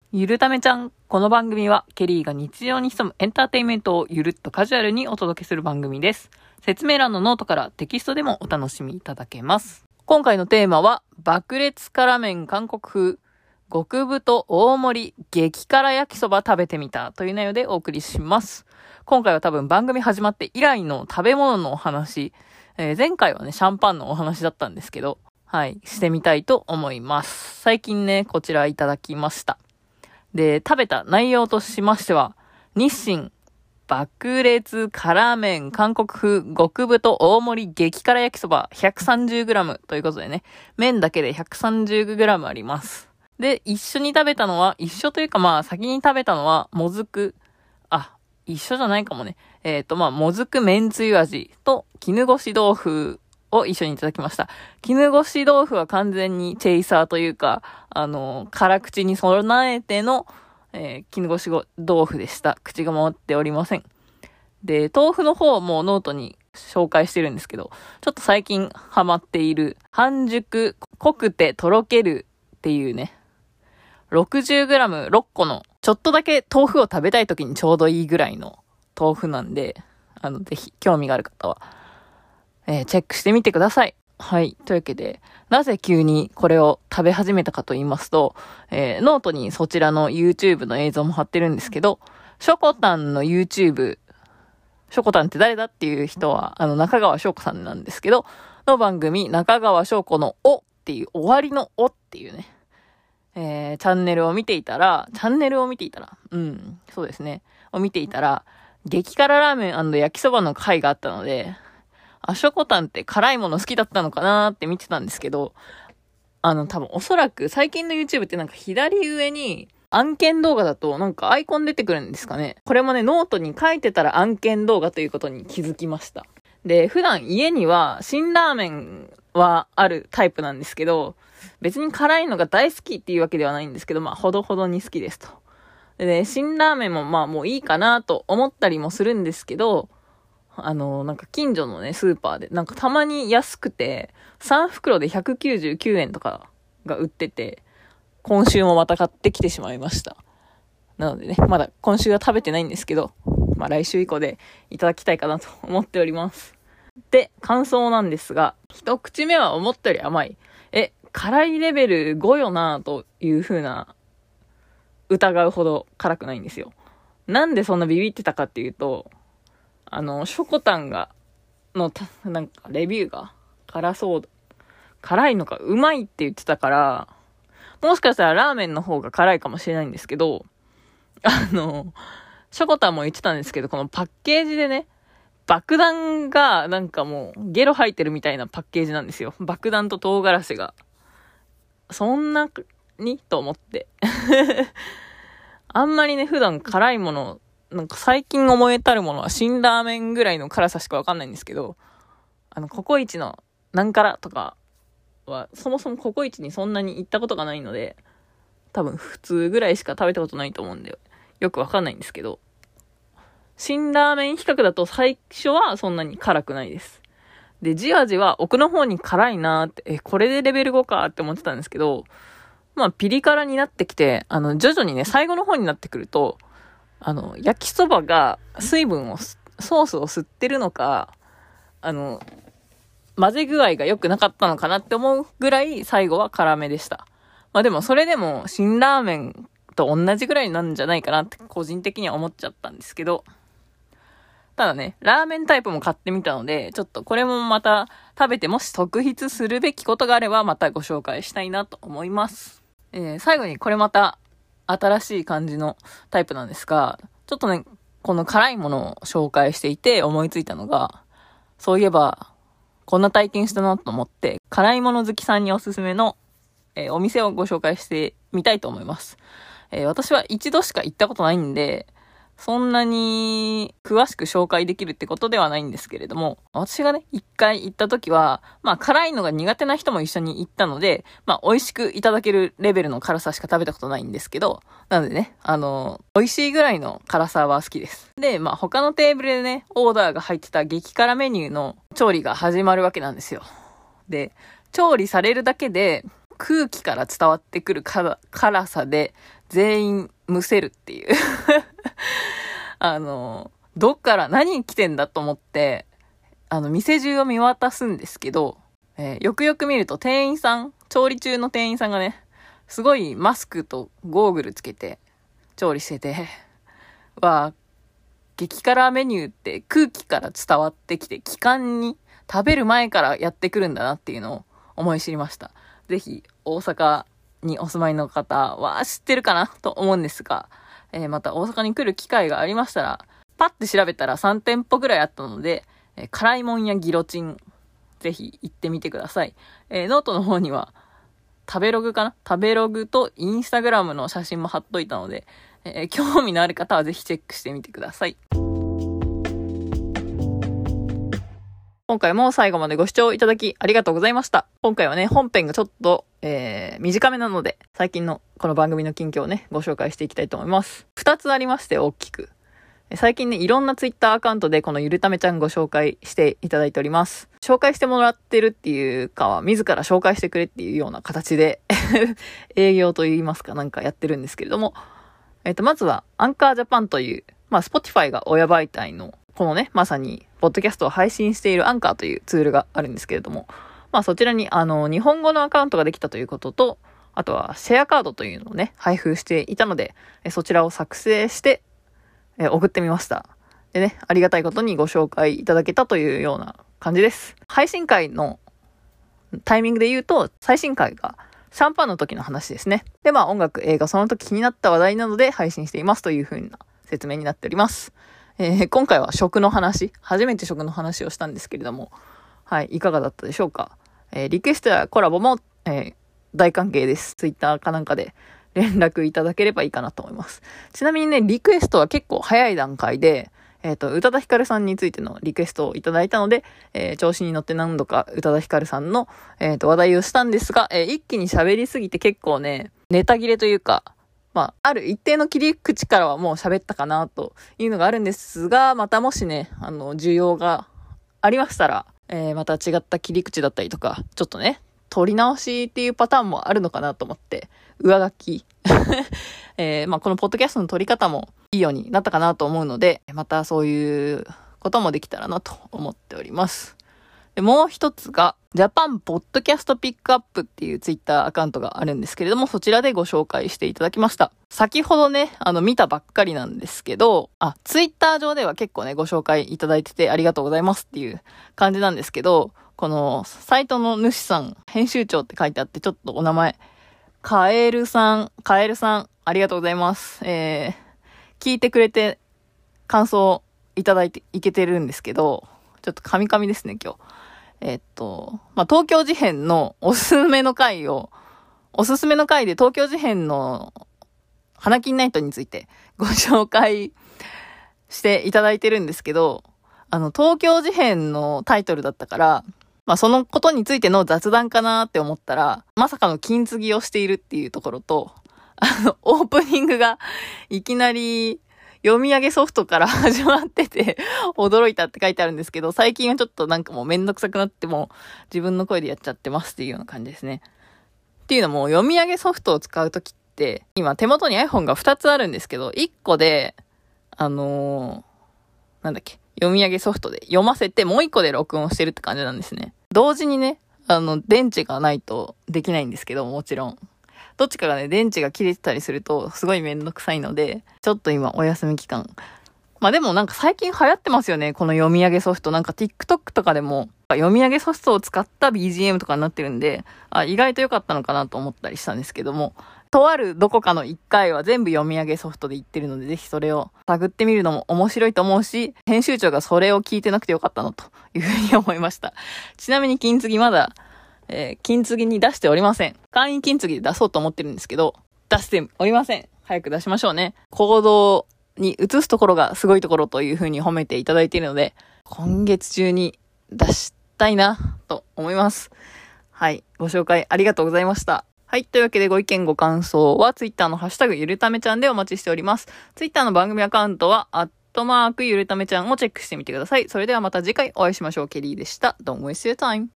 ゆるためちゃん。この番組はケリーが日常に潜むエンターテインメントをゆるっとカジュアルにお届けする番組です。説明欄のノートからテキストでもお楽しみいただけます。今回のテーマは爆裂辛麺韓国風極太大盛り激辛焼きそば食べてみたという内容でお送りします。今回は多分番組始まって以来の食べ物のお話、前回はねシャンパンのお話だったんですけど、してみたいと思います。最近ねこちらいただきました。で、食べた内容としましては、日清爆裂辛麺韓国風極太大盛り激辛焼きそば 130g ということでね、麺だけで 130g あります。で、一緒に食べたのは、一緒というか先に食べたのは、一緒じゃないかもね。もずく麺つゆ味と絹ごし豆腐を一緒にいただきました。絹ごし豆腐は完全にチェイサーというか、辛口に備えての、絹ごし豆腐でした。口が回っておりません。で、豆腐の方もノートに紹介してるんですけど、ちょっと最近ハマっている、半熟、濃くてとろけるっていうね、60g6 個の、ちょっとだけ豆腐を食べたい時にちょうどいいぐらいの豆腐なんで、ぜひ興味がある方は、チェックしてみてください。はい。というわけで、なぜ急にこれを食べ始めたかと言いますと、ノートにそちらの YouTube の映像も貼ってるんですけど、しょこたんの YouTube、しょこたんって誰だっていう人は、中川翔子さんなんですけど、の番組、中川翔子のおっていう、終わりのおっていうね、チャンネルを見ていたら、そうですね、を見ていたら、激辛ラーメン&焼きそばの回があったので、しょこたんって辛いもの好きだったのかなーって見てたんですけど、多分おそらく最近の YouTube ってなんか左上に案件動画だとなんかアイコン出てくるんですかね。これもね、ノートに書いてたら案件動画ということに気づきました。で、普段家には辛ラーメンはあるタイプなんですけど、別に辛いのが大好きっていうわけではないんですけど、ほどほどに好きですと。で、辛ラーメンももういいかなと思ったりもするんですけど、なんか近所のね、スーパーで、なんかたまに安くて、3袋で199円とかが売ってて、今週もまた買ってきてしまいました。なのでね、まだ今週は食べてないんですけど、来週以降でいただきたいかなと思っております。で、感想なんですが、一口目は思ったより甘い。辛いレベル5よなという風な、疑うほど辛くないんですよ。なんでそんなビビってたかっていうと、しょこたんなんかレビューが辛いのかうまいって言ってたから、もしかしたらラーメンの方が辛いかもしれないんですけど、しょこたんも言ってたんですけど、このパッケージでね、爆弾がなんかもうゲロ吐いてるみたいなパッケージなんですよ。爆弾と唐辛子が。そんなにと思って。あんまりね、普段辛いもの、なんか最近思い当たるものは辛ラーメンぐらいの辛さしかわかんないんですけど、ココイチの何辛とかは、そもそもココイチにそんなに行ったことがないので、多分普通ぐらいしか食べたことないと思うんで、よくわかんないんですけど、辛ラーメン比較だと最初はそんなに辛くないです。で、じわじわ奥の方に辛いなーって、これでレベル5かって思ってたんですけど、ピリ辛になってきて、徐々にね、最後の方になってくると、焼きそばがソースを吸ってるのか、混ぜ具合が良くなかったのかなって思うぐらい最後は辛めでした。でもそれでも辛ラーメンと同じぐらいなんじゃないかなって個人的には思っちゃったんですけど、ただね、ラーメンタイプも買ってみたので、ちょっとこれもまた食べてもし特筆するべきことがあればまたご紹介したいなと思います。最後にこれまた新しい感じのタイプなんですが、ちょっとね、この辛いものを紹介していて思いついたのが、そういえば、こんな体験したなと思って、辛いもの好きさんにおすすめの、お店をご紹介してみたいと思います。私は一度しか行ったことないんで、そんなに詳しく紹介できるってことではないんですけれども、私がね、一回行った時は、辛いのが苦手な人も一緒に行ったので、美味しくいただけるレベルの辛さしか食べたことないんですけど、なのでね、美味しいぐらいの辛さは好きです。で、他のテーブルでね、オーダーが入ってた激辛メニューの調理が始まるわけなんですよ。で、調理されるだけで、空気から伝わってくる辛さで、 全員むせるっていう。どっから何来てんだと思って、店中を見渡すんですけど、よくよく見ると調理中の店員さんがね、すごいマスクとゴーグルつけて調理してて、激辛メニューって空気から伝わってきて、気管に食べる前からやってくるんだなっていうのを思い知りました。ぜひ、大阪にお住まいの方は知ってるかなと思うんですが、また大阪に来る機会がありましたら、パッて調べたら3店舗ぐらいあったので、辛いもんやギロチン、ぜひ行ってみてください。ノートの方には、食べログとインスタグラムの写真も貼っといたので、興味のある方はぜひチェックしてみてください。今回も最後までご視聴いただきありがとうございました。今回はね、本編がちょっと、短めなので、最近のこの番組の近況をね、ご紹介していきたいと思います。2つありまして、大きく。最近ね、いろんなツイッターアカウントでこのゆるためちゃんご紹介していただいております。紹介してもらってるっていうかは、自ら紹介してくれっていうような形で、営業といいますかなんかやってるんですけれども、まずは、アンカージャパンという、Spotify が親媒体の、このね、まさに、ポッドキャストを配信しているアンカーというツールがあるんですけれども、そちらに、日本語のアカウントができたということと、あとは、シェアカードというのをね、配布していたので、そちらを作成して、送ってみました。でね、ありがたいことにご紹介いただけたというような感じです。配信会のタイミングで言うと、最新回が、シャンパンの時の話ですね。で、音楽、映画、その時気になった話題なので配信していますという風な説明になっております。今回は食の話、初めて食の話をしたんですけれども、はい、いかがだったでしょうか。リクエストやコラボも、大歓迎です。ツイッターかなんかで連絡いただければいいかなと思います。ちなみにね、リクエストは結構早い段階で、宇多田ヒカルさんについてのリクエストをいただいたので、調子に乗って何度か宇多田ヒカルさんの、話題をしたんですが、一気に喋りすぎて結構ね、ネタ切れというか、ある一定の切り口からはもう喋ったかなというのがあるんですが、またもしね、需要がありましたら、また違った切り口だったりとか、ちょっとね、撮り直しっていうパターンもあるのかなと思って、上書き。このポッドキャストの撮り方もいいようになったかなと思うので、またそういうこともできたらなと思っております。でもう一つが、ジャパンポッドキャストピックアップっていうツイッターアカウントがあるんですけれども、そちらでご紹介していただきました。先ほどね、見たばっかりなんですけど、ツイッター上では結構ね、ご紹介いただいててありがとうございますっていう感じなんですけど、このサイトの主さん、編集長って書いてあって、ちょっとお名前、カエルさん、ありがとうございます。聞いてくれて感想いただいていけてるんですけど、ちょっとカミカミですね、今日。東京事変のおすすめの回で東京事変の花金ナイトについてご紹介していただいてるんですけど、東京事変のタイトルだったから、そのことについての雑談かなって思ったら、まさかの金継ぎをしているっていうところと、オープニングがいきなり読み上げソフトから始まってて驚いたって書いてあるんですけど、最近はちょっとなんかもうめんどくさくなっても自分の声でやっちゃってますっていうような感じですね。っていうのも読み上げソフトを使うときって、今手元に iPhone が2つあるんですけど、1個で、読み上げソフトで読ませてもう1個で録音してるって感じなんですね。同時にね、電池がないとできないんですけど、もちろん。どっちかがね、電池が切れてたりすると、すごいめんどくさいので、ちょっと今、お休み期間。でもなんか最近流行ってますよね、この読み上げソフト。なんか TikTok とかでも、読み上げソフトを使った BGM とかになってるんで、意外と良かったのかなと思ったりしたんですけども、とあるどこかの1回は全部読み上げソフトで言ってるので、ぜひそれを探ってみるのも面白いと思うし、編集長がそれを聞いてなくてよかったなというふうに思いました。ちなみに金継ぎまだ、金継ぎに出しておりません。簡易金継ぎで出そうと思ってるんですけど、出しておりません。早く出しましょうね。行動に移すところがすごいところというふうに褒めていただいているので、今月中に出したいなと思います。はい。ご紹介ありがとうございました。はい。というわけでご意見ご感想は Twitter のハッシュタグゆるためちゃんでお待ちしております。Twitter の番組アカウントはゆるためちゃんをチェックしてみてください。それではまた次回お会いしましょう。ケリーでした。Don't waste your time.